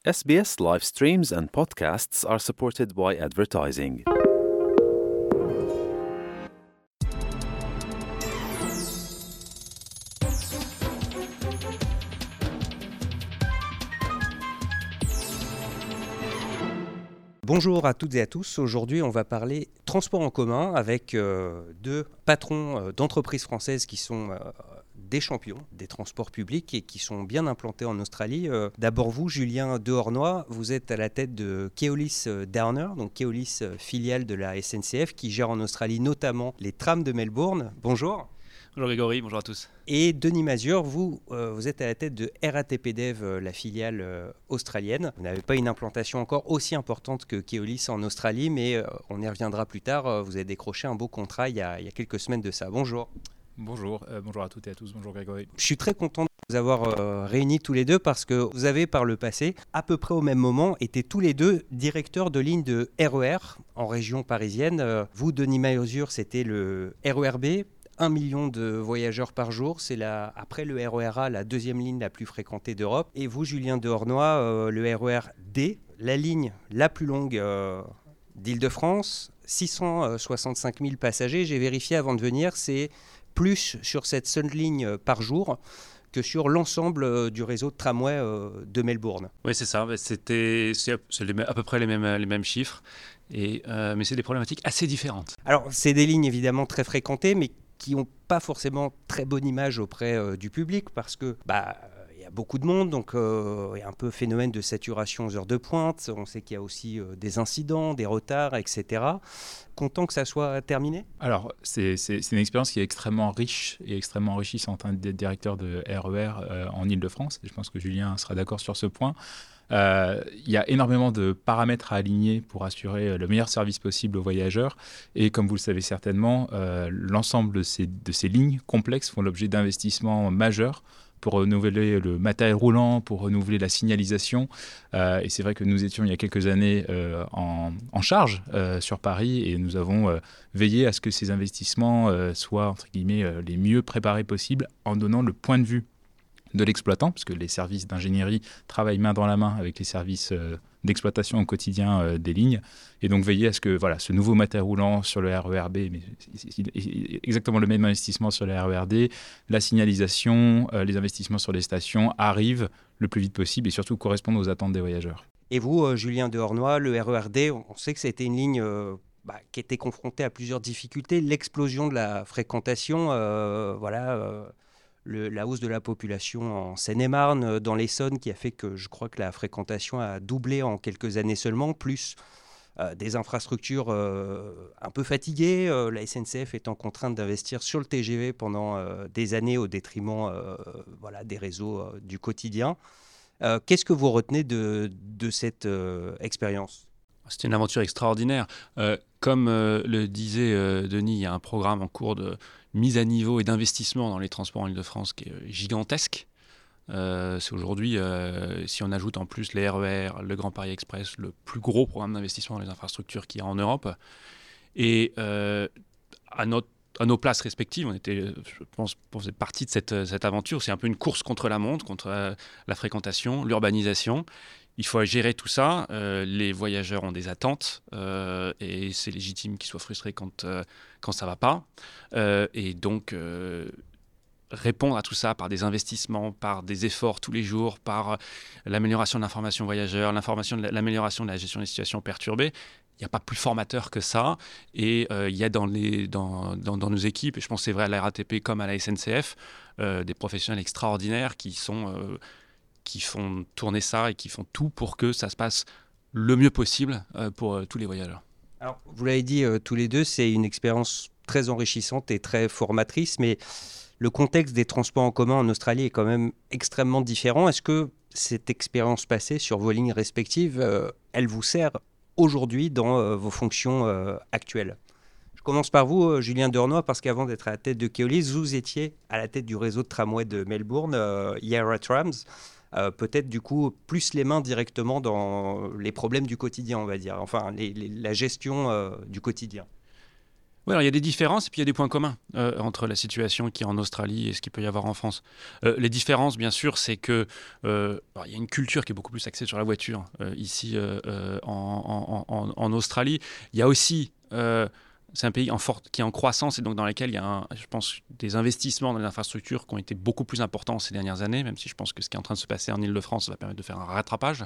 SBS live streams and podcasts are supported by advertising. Bonjour à toutes et à tous. Aujourd'hui, on va parler transport en commun avec deux patrons d'entreprises françaises qui sont des champions des transports publics et qui sont bien implantés en Australie. D'abord vous, Julien Dehornoy, vous êtes à la tête de Keolis Downer, donc Keolis filiale de la SNCF qui gère en Australie notamment les trams de Melbourne. Bonjour. Bonjour Grégory, bonjour à tous. Et Denis Mazure, vous êtes à la tête de RATP Dev, la filiale australienne. Vous n'avez pas une implantation encore aussi importante que Keolis en Australie, mais on y reviendra plus tard. Vous avez décroché un beau contrat il y a quelques semaines de ça. Bonjour. Bonjour à toutes et à tous. Bonjour Grégory. Je suis très content de vous avoir réunis tous les deux parce que vous avez par le passé, à peu près au même moment, été tous les deux directeurs de ligne de RER en région parisienne. Vous, Denis Mazure, c'était le RER-B. 1 million de voyageurs par jour, c'est après le RER-A, la deuxième ligne la plus fréquentée d'Europe. Et vous, Julien Dehornoy, le RER-D, la ligne la plus longue d'Île-de-France, 665 000 passagers. J'ai vérifié avant de venir, c'est plus sur cette seule ligne par jour que sur l'ensemble du réseau de tramway de Melbourne. Oui, c'est ça. C'est à peu près les mêmes chiffres, mais c'est des problématiques assez différentes. Alors, c'est des lignes évidemment très fréquentées, mais qui n'ont pas forcément très bonne image auprès du public parce que y a beaucoup de monde, donc il y a un peu phénomène de saturation aux heures de pointe. On sait qu'il y a aussi des incidents, des retards, etc. Content que ça soit terminé ? Alors, c'est une expérience qui est extrêmement riche et extrêmement enrichissante d'être directeur de RER en Île-de-France. Et je pense que Julien sera d'accord sur ce point. Il y a énormément de paramètres à aligner pour assurer le meilleur service possible aux voyageurs. Et comme vous le savez certainement, l'ensemble de ces lignes complexes font l'objet d'investissements majeurs pour renouveler le matériel roulant, pour renouveler la signalisation. Et c'est vrai que nous étions il y a quelques années en charge sur Paris et nous avons veillé à ce que ces investissements soient, entre guillemets, les mieux préparés possibles en donnant le point de vue de l'exploitant, parce que les services d'ingénierie travaillent main dans la main avec les services d'exploitation au quotidien des lignes, et donc veiller à ce que ce nouveau matériel roulant sur le RER-B, mais exactement le même investissement sur le RER-D, la signalisation, les investissements sur les stations arrivent le plus vite possible et surtout correspondent aux attentes des voyageurs. Et vous, Julien Dehornoy, le RER-D, on sait que c'était une ligne qui était confrontée à plusieurs difficultés, l'explosion de la fréquentation, la hausse de la population en Seine-et-Marne, dans l'Essonne, qui a fait que je crois que la fréquentation a doublé en quelques années seulement, plus des infrastructures un peu fatiguées, la SNCF étant contrainte d'investir sur le TGV pendant des années au détriment des réseaux du quotidien. Qu'est-ce que vous retenez de cette expérience ? C'était une aventure extraordinaire. Comme le disait Denis, il y a un programme en cours de mise à niveau et d'investissement dans les transports en Île-de-France qui est gigantesque. C'est aujourd'hui, si on ajoute en plus les RER, le Grand Paris Express, le plus gros programme d'investissement dans les infrastructures qu'il y a en Europe. Et à nos places respectives, on était, je pense, faisait partie de cette aventure. C'est un peu une course contre la montre, contre la fréquentation, l'urbanisation. Il faut gérer tout ça. Les voyageurs ont des attentes et c'est légitime qu'ils soient frustrés quand ça ne va pas. Et donc, répondre à tout ça par des investissements, par des efforts tous les jours, par l'amélioration de l'information voyageur, l'amélioration de la gestion des situations perturbées. Il n'y a pas plus formateur que ça. Et il y a dans nos équipes, et je pense que c'est vrai à la RATP comme à la SNCF, des professionnels extraordinaires qui font tourner ça et qui font tout pour que ça se passe le mieux possible pour tous les voyageurs. Alors, vous l'avez dit tous les deux, c'est une expérience très enrichissante et très formatrice, mais le contexte des transports en commun en Australie est quand même extrêmement différent. Est-ce que cette expérience passée sur vos lignes respectives, elle vous sert aujourd'hui dans vos fonctions actuelles ? Je commence par vous, Julien Dehornoy, parce qu'avant d'être à la tête de Keolis, vous étiez à la tête du réseau de tramway de Melbourne, Yarra Trams. Peut-être du coup plus les mains directement dans les problèmes du quotidien, on va dire, enfin la gestion du quotidien. Oui, alors il y a des différences et puis il y a des points communs entre la situation qui est en Australie et ce qu'il peut y avoir en France. Les différences, bien sûr, c'est que il y a une culture qui est beaucoup plus axée sur la voiture ici en Australie. Il y a aussi, c'est un pays qui est en croissance et donc dans lequel il y a, je pense, des investissements dans les infrastructures qui ont été beaucoup plus importants ces dernières années, même si je pense que ce qui est en train de se passer en Île-de-France va permettre de faire un rattrapage.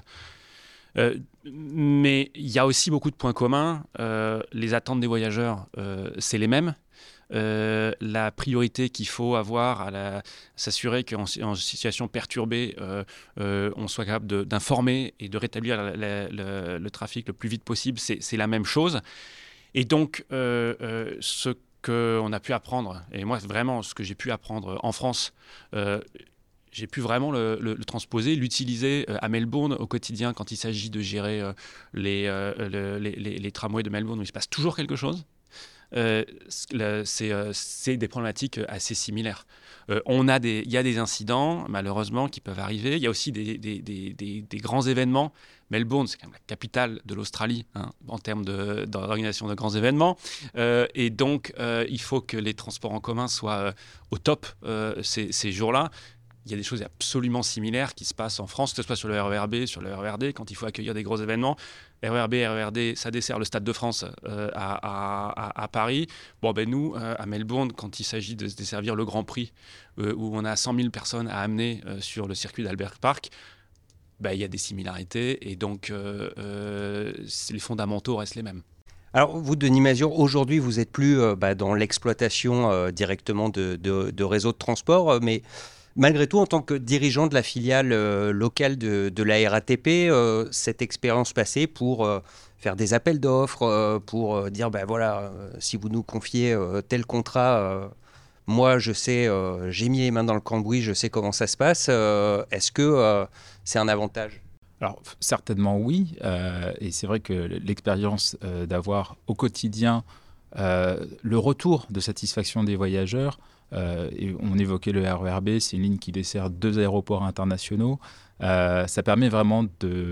Mais il y a aussi beaucoup de points communs. Les attentes des voyageurs, c'est les mêmes. La priorité qu'il faut avoir à s'assurer qu'en situation perturbée, on soit capable d'informer et de rétablir le trafic le plus vite possible, c'est la même chose. Et donc, ce qu'on a pu apprendre, et moi vraiment ce que j'ai pu apprendre en France, j'ai pu vraiment le transposer, l'utiliser à Melbourne au quotidien quand il s'agit de gérer les tramways de Melbourne où il se passe toujours quelque chose. C'est des problématiques assez similaires. Il y a des incidents, malheureusement, qui peuvent arriver. Il y a aussi des grands événements. Melbourne, c'est quand même la capitale de l'Australie en termes d'organisation de grands événements. Et donc, il faut que les transports en commun soient au top ces jours-là. Il y a des choses absolument similaires qui se passent en France, que ce soit sur le RERB, sur le RERD, quand il faut accueillir des gros événements. RERB, RERD, ça dessert le Stade de France à Paris. Bon, nous, à Melbourne, quand il s'agit de desservir le Grand Prix, où on a 100 000 personnes à amener sur le circuit d'Albert Park, il y a des similarités et donc les fondamentaux restent les mêmes. Alors, vous, Denis Mazure, aujourd'hui, vous n'êtes plus dans l'exploitation directement de réseaux de transport, mais malgré tout, en tant que dirigeant de la filiale locale de la RATP, cette expérience passée pour faire des appels d'offres, pour dire, si vous nous confiez tel contrat, moi, je sais, j'ai mis les mains dans le cambouis, je sais comment ça se passe. Est-ce que c'est un avantage ? Alors, certainement oui. Et c'est vrai que l'expérience d'avoir au quotidien le retour de satisfaction des voyageurs, et on évoquait le RERB, c'est une ligne qui dessert 2 aéroports internationaux. Ça permet vraiment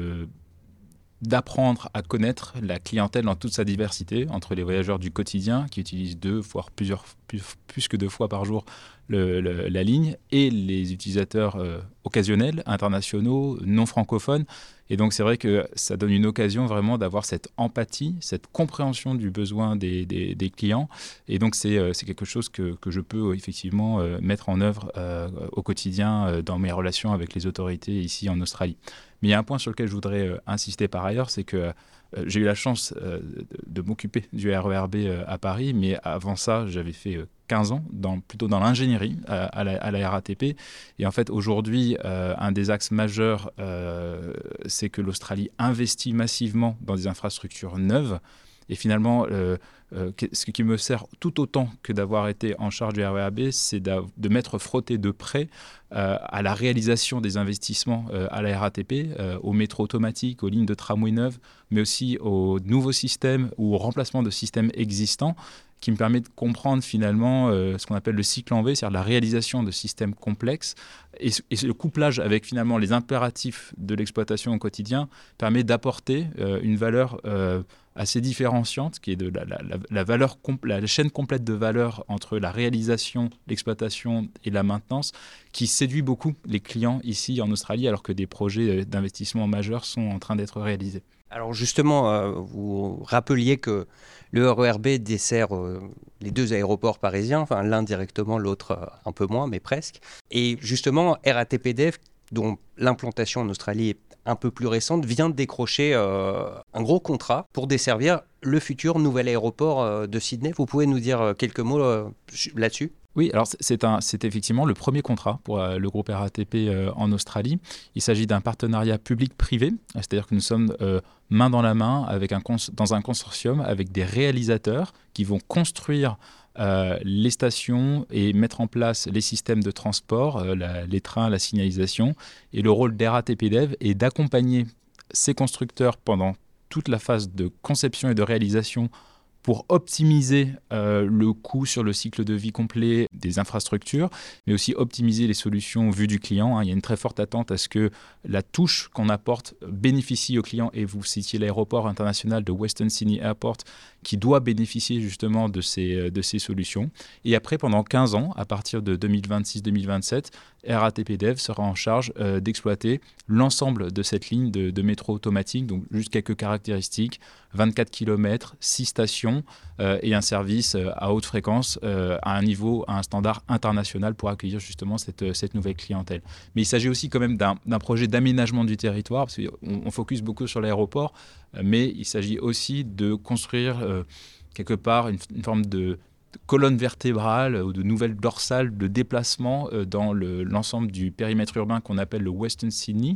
d'apprendre à connaître la clientèle dans toute sa diversité, entre les voyageurs du quotidien qui utilisent 2, voire plus que 2 fois par jour la ligne, et les utilisateurs occasionnels, internationaux, non francophones. Et donc c'est vrai que ça donne une occasion vraiment d'avoir cette empathie, cette compréhension du besoin des clients. Et donc c'est quelque chose que je peux effectivement mettre en œuvre au quotidien dans mes relations avec les autorités ici en Australie. Mais il y a un point sur lequel je voudrais insister par ailleurs, c'est que j'ai eu la chance de m'occuper du RERB à Paris, mais avant ça, j'avais fait 15 ans, plutôt dans l'ingénierie à la RATP. Et en fait, aujourd'hui, un des axes majeurs, c'est que l'Australie investit massivement dans des infrastructures neuves. Et finalement, ce qui me sert tout autant que d'avoir été en charge du RERB, c'est de m'être frotté de près à la réalisation des investissements à la RATP, au métro automatique, aux lignes de tramway neuves, mais aussi aux nouveaux systèmes ou au remplacement de systèmes existants, qui me permet de comprendre finalement ce qu'on appelle le cycle en V, c'est-à-dire la réalisation de systèmes complexes. Et le couplage avec finalement les impératifs de l'exploitation au quotidien permet d'apporter une valeur assez différenciante, qui est de la chaîne complète de valeur entre la réalisation, l'exploitation et la maintenance, qui séduit beaucoup les clients ici en Australie, alors que des projets d'investissement majeurs sont en train d'être réalisés. Alors justement, vous rappeliez que le RERB dessert les 2 aéroports parisiens, enfin l'un directement, l'autre un peu moins, mais presque. Et justement, RATP-Dev, dont l'implantation en Australie est un peu plus récente, vient de décrocher un gros contrat pour desservir le futur nouvel aéroport de Sydney. Vous pouvez nous dire quelques mots là-dessus ? Oui, alors c'est effectivement le premier contrat pour le groupe RATP en Australie. Il s'agit d'un partenariat public-privé, c'est-à-dire que nous sommes main dans la main dans un consortium avec des réalisateurs qui vont construire les stations et mettre en place les systèmes de transport, les trains, la signalisation. Et le rôle d'RATP-Dev est d'accompagner ces constructeurs pendant toute la phase de conception et de réalisation pour optimiser le coût sur le cycle de vie complet des infrastructures, mais aussi optimiser les solutions vues du client. Il y a une très forte attente à ce que la touche qu'on apporte bénéficie au client. Et vous citiez l'aéroport international de Western Sydney Airport qui doit bénéficier justement de ces solutions. Et après, pendant 15 ans, à partir de 2026-2027, RATP Dev sera en charge d'exploiter l'ensemble de cette ligne de métro automatique, donc juste quelques caractéristiques, 24 km, 6 stations et un service à haute fréquence à un standard international pour accueillir justement cette nouvelle clientèle. Mais il s'agit aussi quand même d'un projet d'aménagement du territoire, parce qu'on focus beaucoup sur l'aéroport, mais il s'agit aussi de construire quelque part une forme de colonne vertébrale ou de nouvelles dorsales de déplacement dans l'ensemble du périmètre urbain qu'on appelle le Western Sydney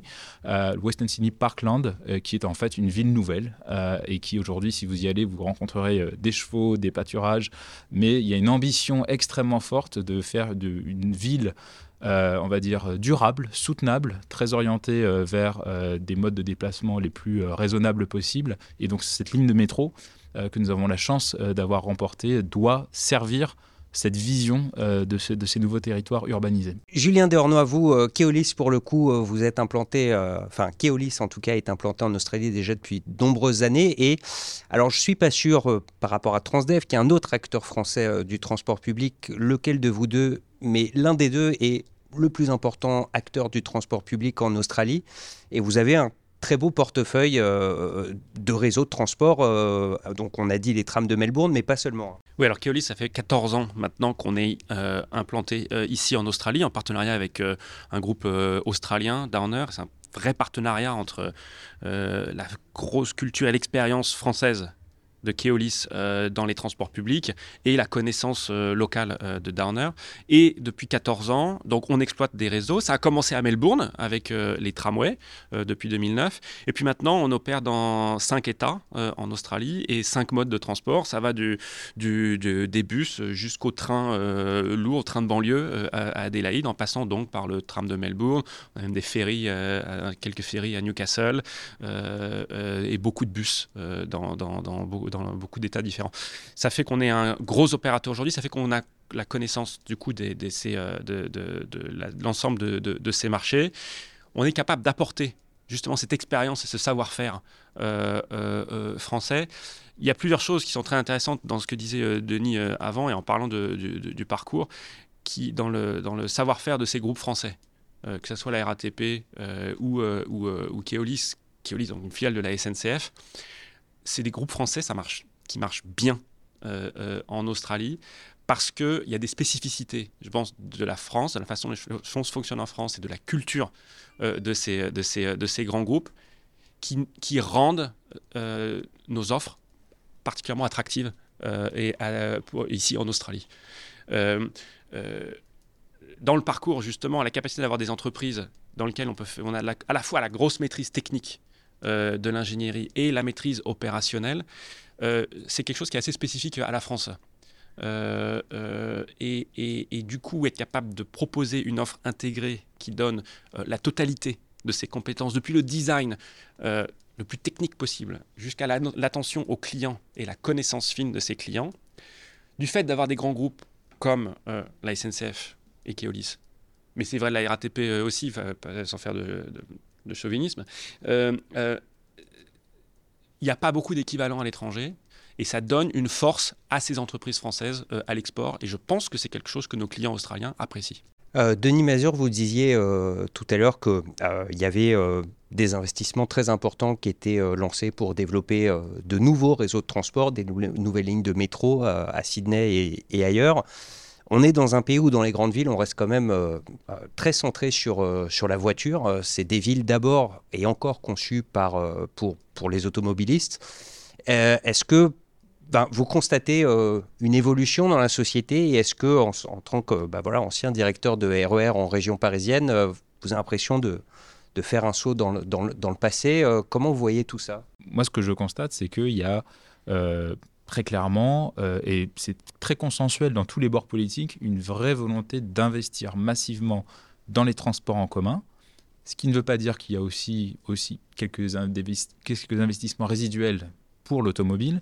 Parkland, qui est en fait une ville nouvelle et qui aujourd'hui, si vous y allez, vous rencontrerez des chevaux, des pâturages, mais il y a une ambition extrêmement forte de faire une ville on va dire durable, soutenable, très orientée vers des modes de déplacement les plus raisonnables possibles. Et donc cette ligne de métro que nous avons la chance d'avoir remportée doit servir cette vision de ces nouveaux territoires urbanisés. Julien Deornoy, vous, Keolis, pour le coup, vous êtes implanté, Keolis en tout cas est implanté en Australie déjà depuis de nombreuses années. Et alors, je ne suis pas sûr, par rapport à Transdev, qu'il y a un autre acteur français du transport public, lequel de vous deux, mais l'un des deux est le plus important acteur du transport public en Australie. Et vous avez un très beau portefeuille de réseaux de transport. Donc, on a dit les trams de Melbourne, mais pas seulement. Oui, alors Keolis, ça fait 14 ans maintenant qu'on est implanté ici en Australie, en partenariat avec un groupe australien, Downer. C'est un vrai partenariat entre la grosse culture et l'expérience française de Keolis dans les transports publics et la connaissance locale de Downer. Et depuis 14 ans, donc on exploite des réseaux. Ça a commencé à Melbourne avec les tramways depuis 2009. Et puis maintenant, on opère dans 5 États en Australie et 5 modes de transport. Ça va des bus jusqu'au train lourd, train de banlieue à Adélaïde, en passant donc par le tram de Melbourne. On a même des ferries, quelques ferries à Newcastle et beaucoup de bus dans beaucoup d'états différents. Ça fait qu'on est un gros opérateur aujourd'hui, ça fait qu'on a la connaissance du coup de l'ensemble de ces marchés. On est capable d'apporter justement cette expérience et ce savoir-faire français. Il y a plusieurs choses qui sont très intéressantes dans ce que disait Denis avant et en parlant du parcours, qui dans le savoir-faire de ces groupes français, que ce soit la RATP ou Keolis, donc une filiale de la SNCF. C'est des groupes français qui marchent bien en Australie parce qu'il y a des spécificités, je pense, de la France, de la façon dont les choses fonctionnent en France et de la culture de ces grands groupes qui rendent nos offres particulièrement attractives ici en Australie. Dans le parcours, justement, la capacité d'avoir des entreprises dans lesquelles on a à la fois la grosse maîtrise technique de l'ingénierie et la maîtrise opérationnelle, c'est quelque chose qui est assez spécifique à la France. Et du coup, être capable de proposer une offre intégrée qui donne la totalité de ses compétences, depuis le design le plus technique possible, jusqu'à l'attention aux clients et la connaissance fine de ses clients, du fait d'avoir des grands groupes comme la SNCF et Keolis, mais c'est vrai de la RATP aussi, sans faire de chauvinisme, il n'y a pas beaucoup d'équivalents à l'étranger et ça donne une force à ces entreprises françaises à l'export et je pense que c'est quelque chose que nos clients australiens apprécient. Denis Mazure, vous disiez tout à l'heure qu'il y avait des investissements très importants qui étaient lancés pour développer de nouveaux réseaux de transport, des nouvelles lignes de métro à Sydney et ailleurs. On est dans un pays où, dans les grandes villes, on reste quand même très centré sur la voiture. C'est des villes d'abord et encore conçues pour les automobilistes. Est-ce que vous constatez une évolution dans la société et est-ce que, en tant que ancien directeur de RER en région parisienne, vous avez l'impression de faire un saut dans le passé? Comment vous voyez tout ça? Moi, ce que je constate, c'est qu'il y a très clairement, et c'est très consensuel dans tous les bords politiques, une vraie volonté d'investir massivement dans les transports en commun, ce qui ne veut pas dire qu'il y a aussi quelques investissements résiduels pour l'automobile,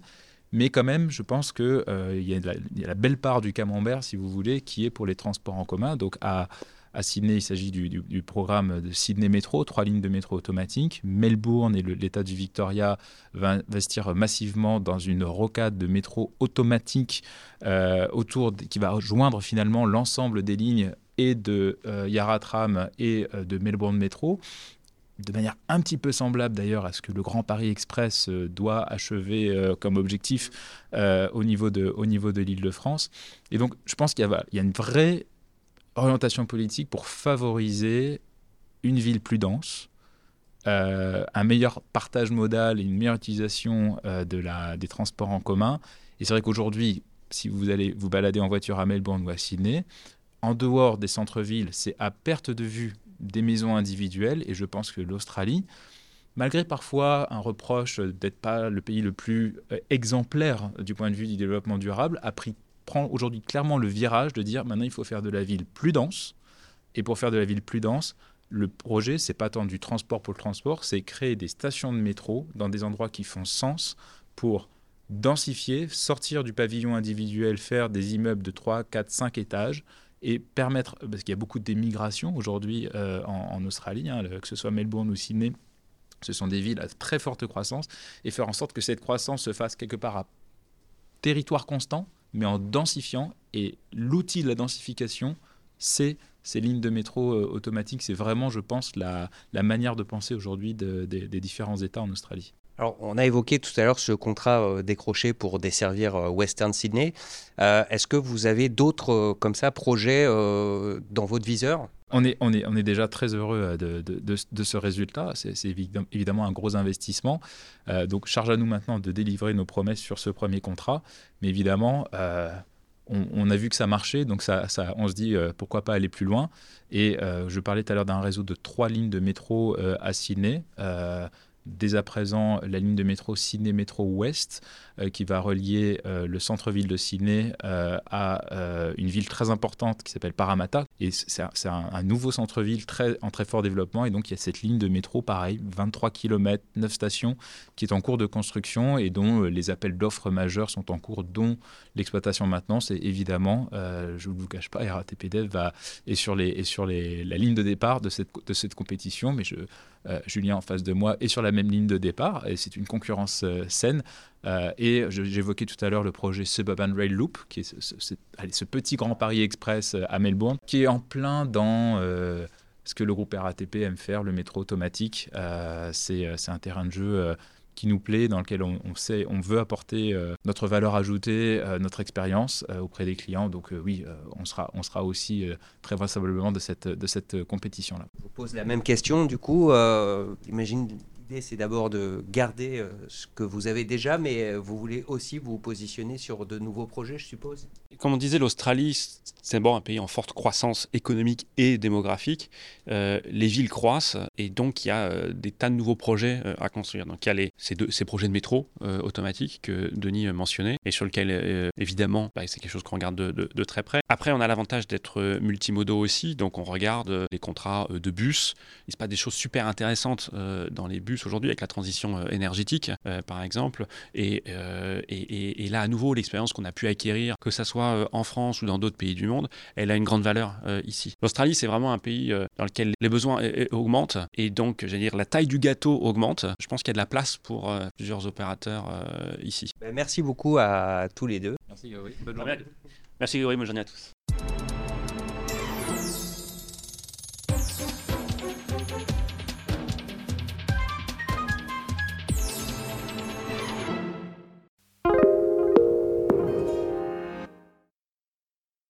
Mais quand même, je pense qu'il y a la belle part du camembert, si vous voulez, qui est pour les transports en commun. Donc à Sydney, il s'agit du programme de Sydney Metro, 3 lignes de métro automatiques. Melbourne et l'État du Victoria va investir massivement dans une rocade de métro automatique qui va joindre finalement l'ensemble des lignes et de Yarra Tram et de Melbourne Metro, de manière un petit peu semblable d'ailleurs à ce que le Grand Paris Express doit achever comme objectif au niveau de l'Île-de-France. Et donc, je pense qu'il y a une vraie orientation politique pour favoriser une ville plus dense, un meilleur partage modal et une meilleure utilisation des transports en commun. Et c'est vrai qu'aujourd'hui, si vous allez vous balader en voiture à Melbourne ou à Sydney, en dehors des centres-villes, c'est à perte de vue des maisons individuelles. Et je pense que l'Australie, malgré parfois un reproche d'être pas le pays le plus exemplaire du point de vue du développement durable, prend aujourd'hui clairement le virage de dire maintenant il faut faire de la ville plus dense. Et pour faire de la ville plus dense, le projet, c'est pas tant du transport pour le transport, c'est créer des stations de métro dans des endroits qui font sens pour densifier, sortir du pavillon individuel, faire des immeubles de 3, 4, 5 étages et permettre, parce qu'il y a beaucoup d'émigration aujourd'hui en Australie, que ce soit Melbourne ou Sydney, ce sont des villes à très forte croissance, et faire en sorte que cette croissance se fasse quelque part à territoire constant, mais en densifiant. Et l'outil de la densification, c'est ces lignes de métro automatiques. C'est vraiment, je pense, la manière de penser aujourd'hui des différents États en Australie. Alors, on a évoqué tout à l'heure ce contrat décroché pour desservir Western Sydney. Est-ce que vous avez d'autres comme ça projets dans votre viseur ? On est déjà très heureux de ce résultat. C'est évidemment un gros investissement. Donc, charge à nous maintenant de délivrer nos promesses sur ce premier contrat. Mais évidemment, on a vu que ça marchait. Donc, on se dit pourquoi pas aller plus loin. Et je parlais tout à l'heure d'un réseau de 3 lignes de métro à Sydney. Dès à présent, la ligne de métro Sydney Metro West qui va relier le centre-ville de Sydney à une ville très importante qui s'appelle Parramatta. Et c'est un nouveau centre-ville en très fort développement. Et donc, il y a cette ligne de métro, pareil, 23 km, 9 stations, qui est en cours de construction et dont les appels d'offres majeurs sont en cours, dont l'exploitation maintenance. Et évidemment, je ne vous cache pas, RATP Dev est sur la ligne de départ de cette compétition. Mais Julien en face de moi est sur la même ligne de départ et c'est une concurrence saine. Et j'évoquais tout à l'heure le projet Suburban Rail Loop, qui est ce petit Grand Paris Express à Melbourne, qui est en plein dans ce que le groupe RATP aime faire, le métro automatique. C'est un terrain de jeu qui nous plaît, dans lequel on veut apporter notre valeur ajoutée, notre expérience auprès des clients. Donc oui, on sera aussi très vraisemblablement de cette compétition-là. Je vous pose la même question, du coup. J'imagine l'idée, c'est d'abord de garder ce que vous avez déjà, mais vous voulez aussi vous positionner sur de nouveaux projets, je suppose ? Comme on disait, l'Australie, c'est d'abord un pays en forte croissance économique et démographique. Les villes croissent et donc il y a des tas de nouveaux projets à construire. Donc il y a ces projets de métro automatique que Denis mentionnait et sur lequel évidemment c'est quelque chose qu'on regarde de très près. Après, on a l'avantage d'être multimodaux aussi, donc on regarde les contrats de bus. Il se passe des choses super intéressantes dans les bus aujourd'hui avec la transition énergétique par exemple. Et là à nouveau, l'expérience qu'on a pu acquérir, que ça soit en France ou dans d'autres pays du monde, elle a une grande valeur ici. L'Australie, c'est vraiment un pays dans lequel les besoins augmentent et donc, la taille du gâteau augmente. Je pense qu'il y a de la place pour plusieurs opérateurs ici. Merci beaucoup à tous les deux. Merci Grégory. Bonne journée. Merci Grégory, bonne journée à tous.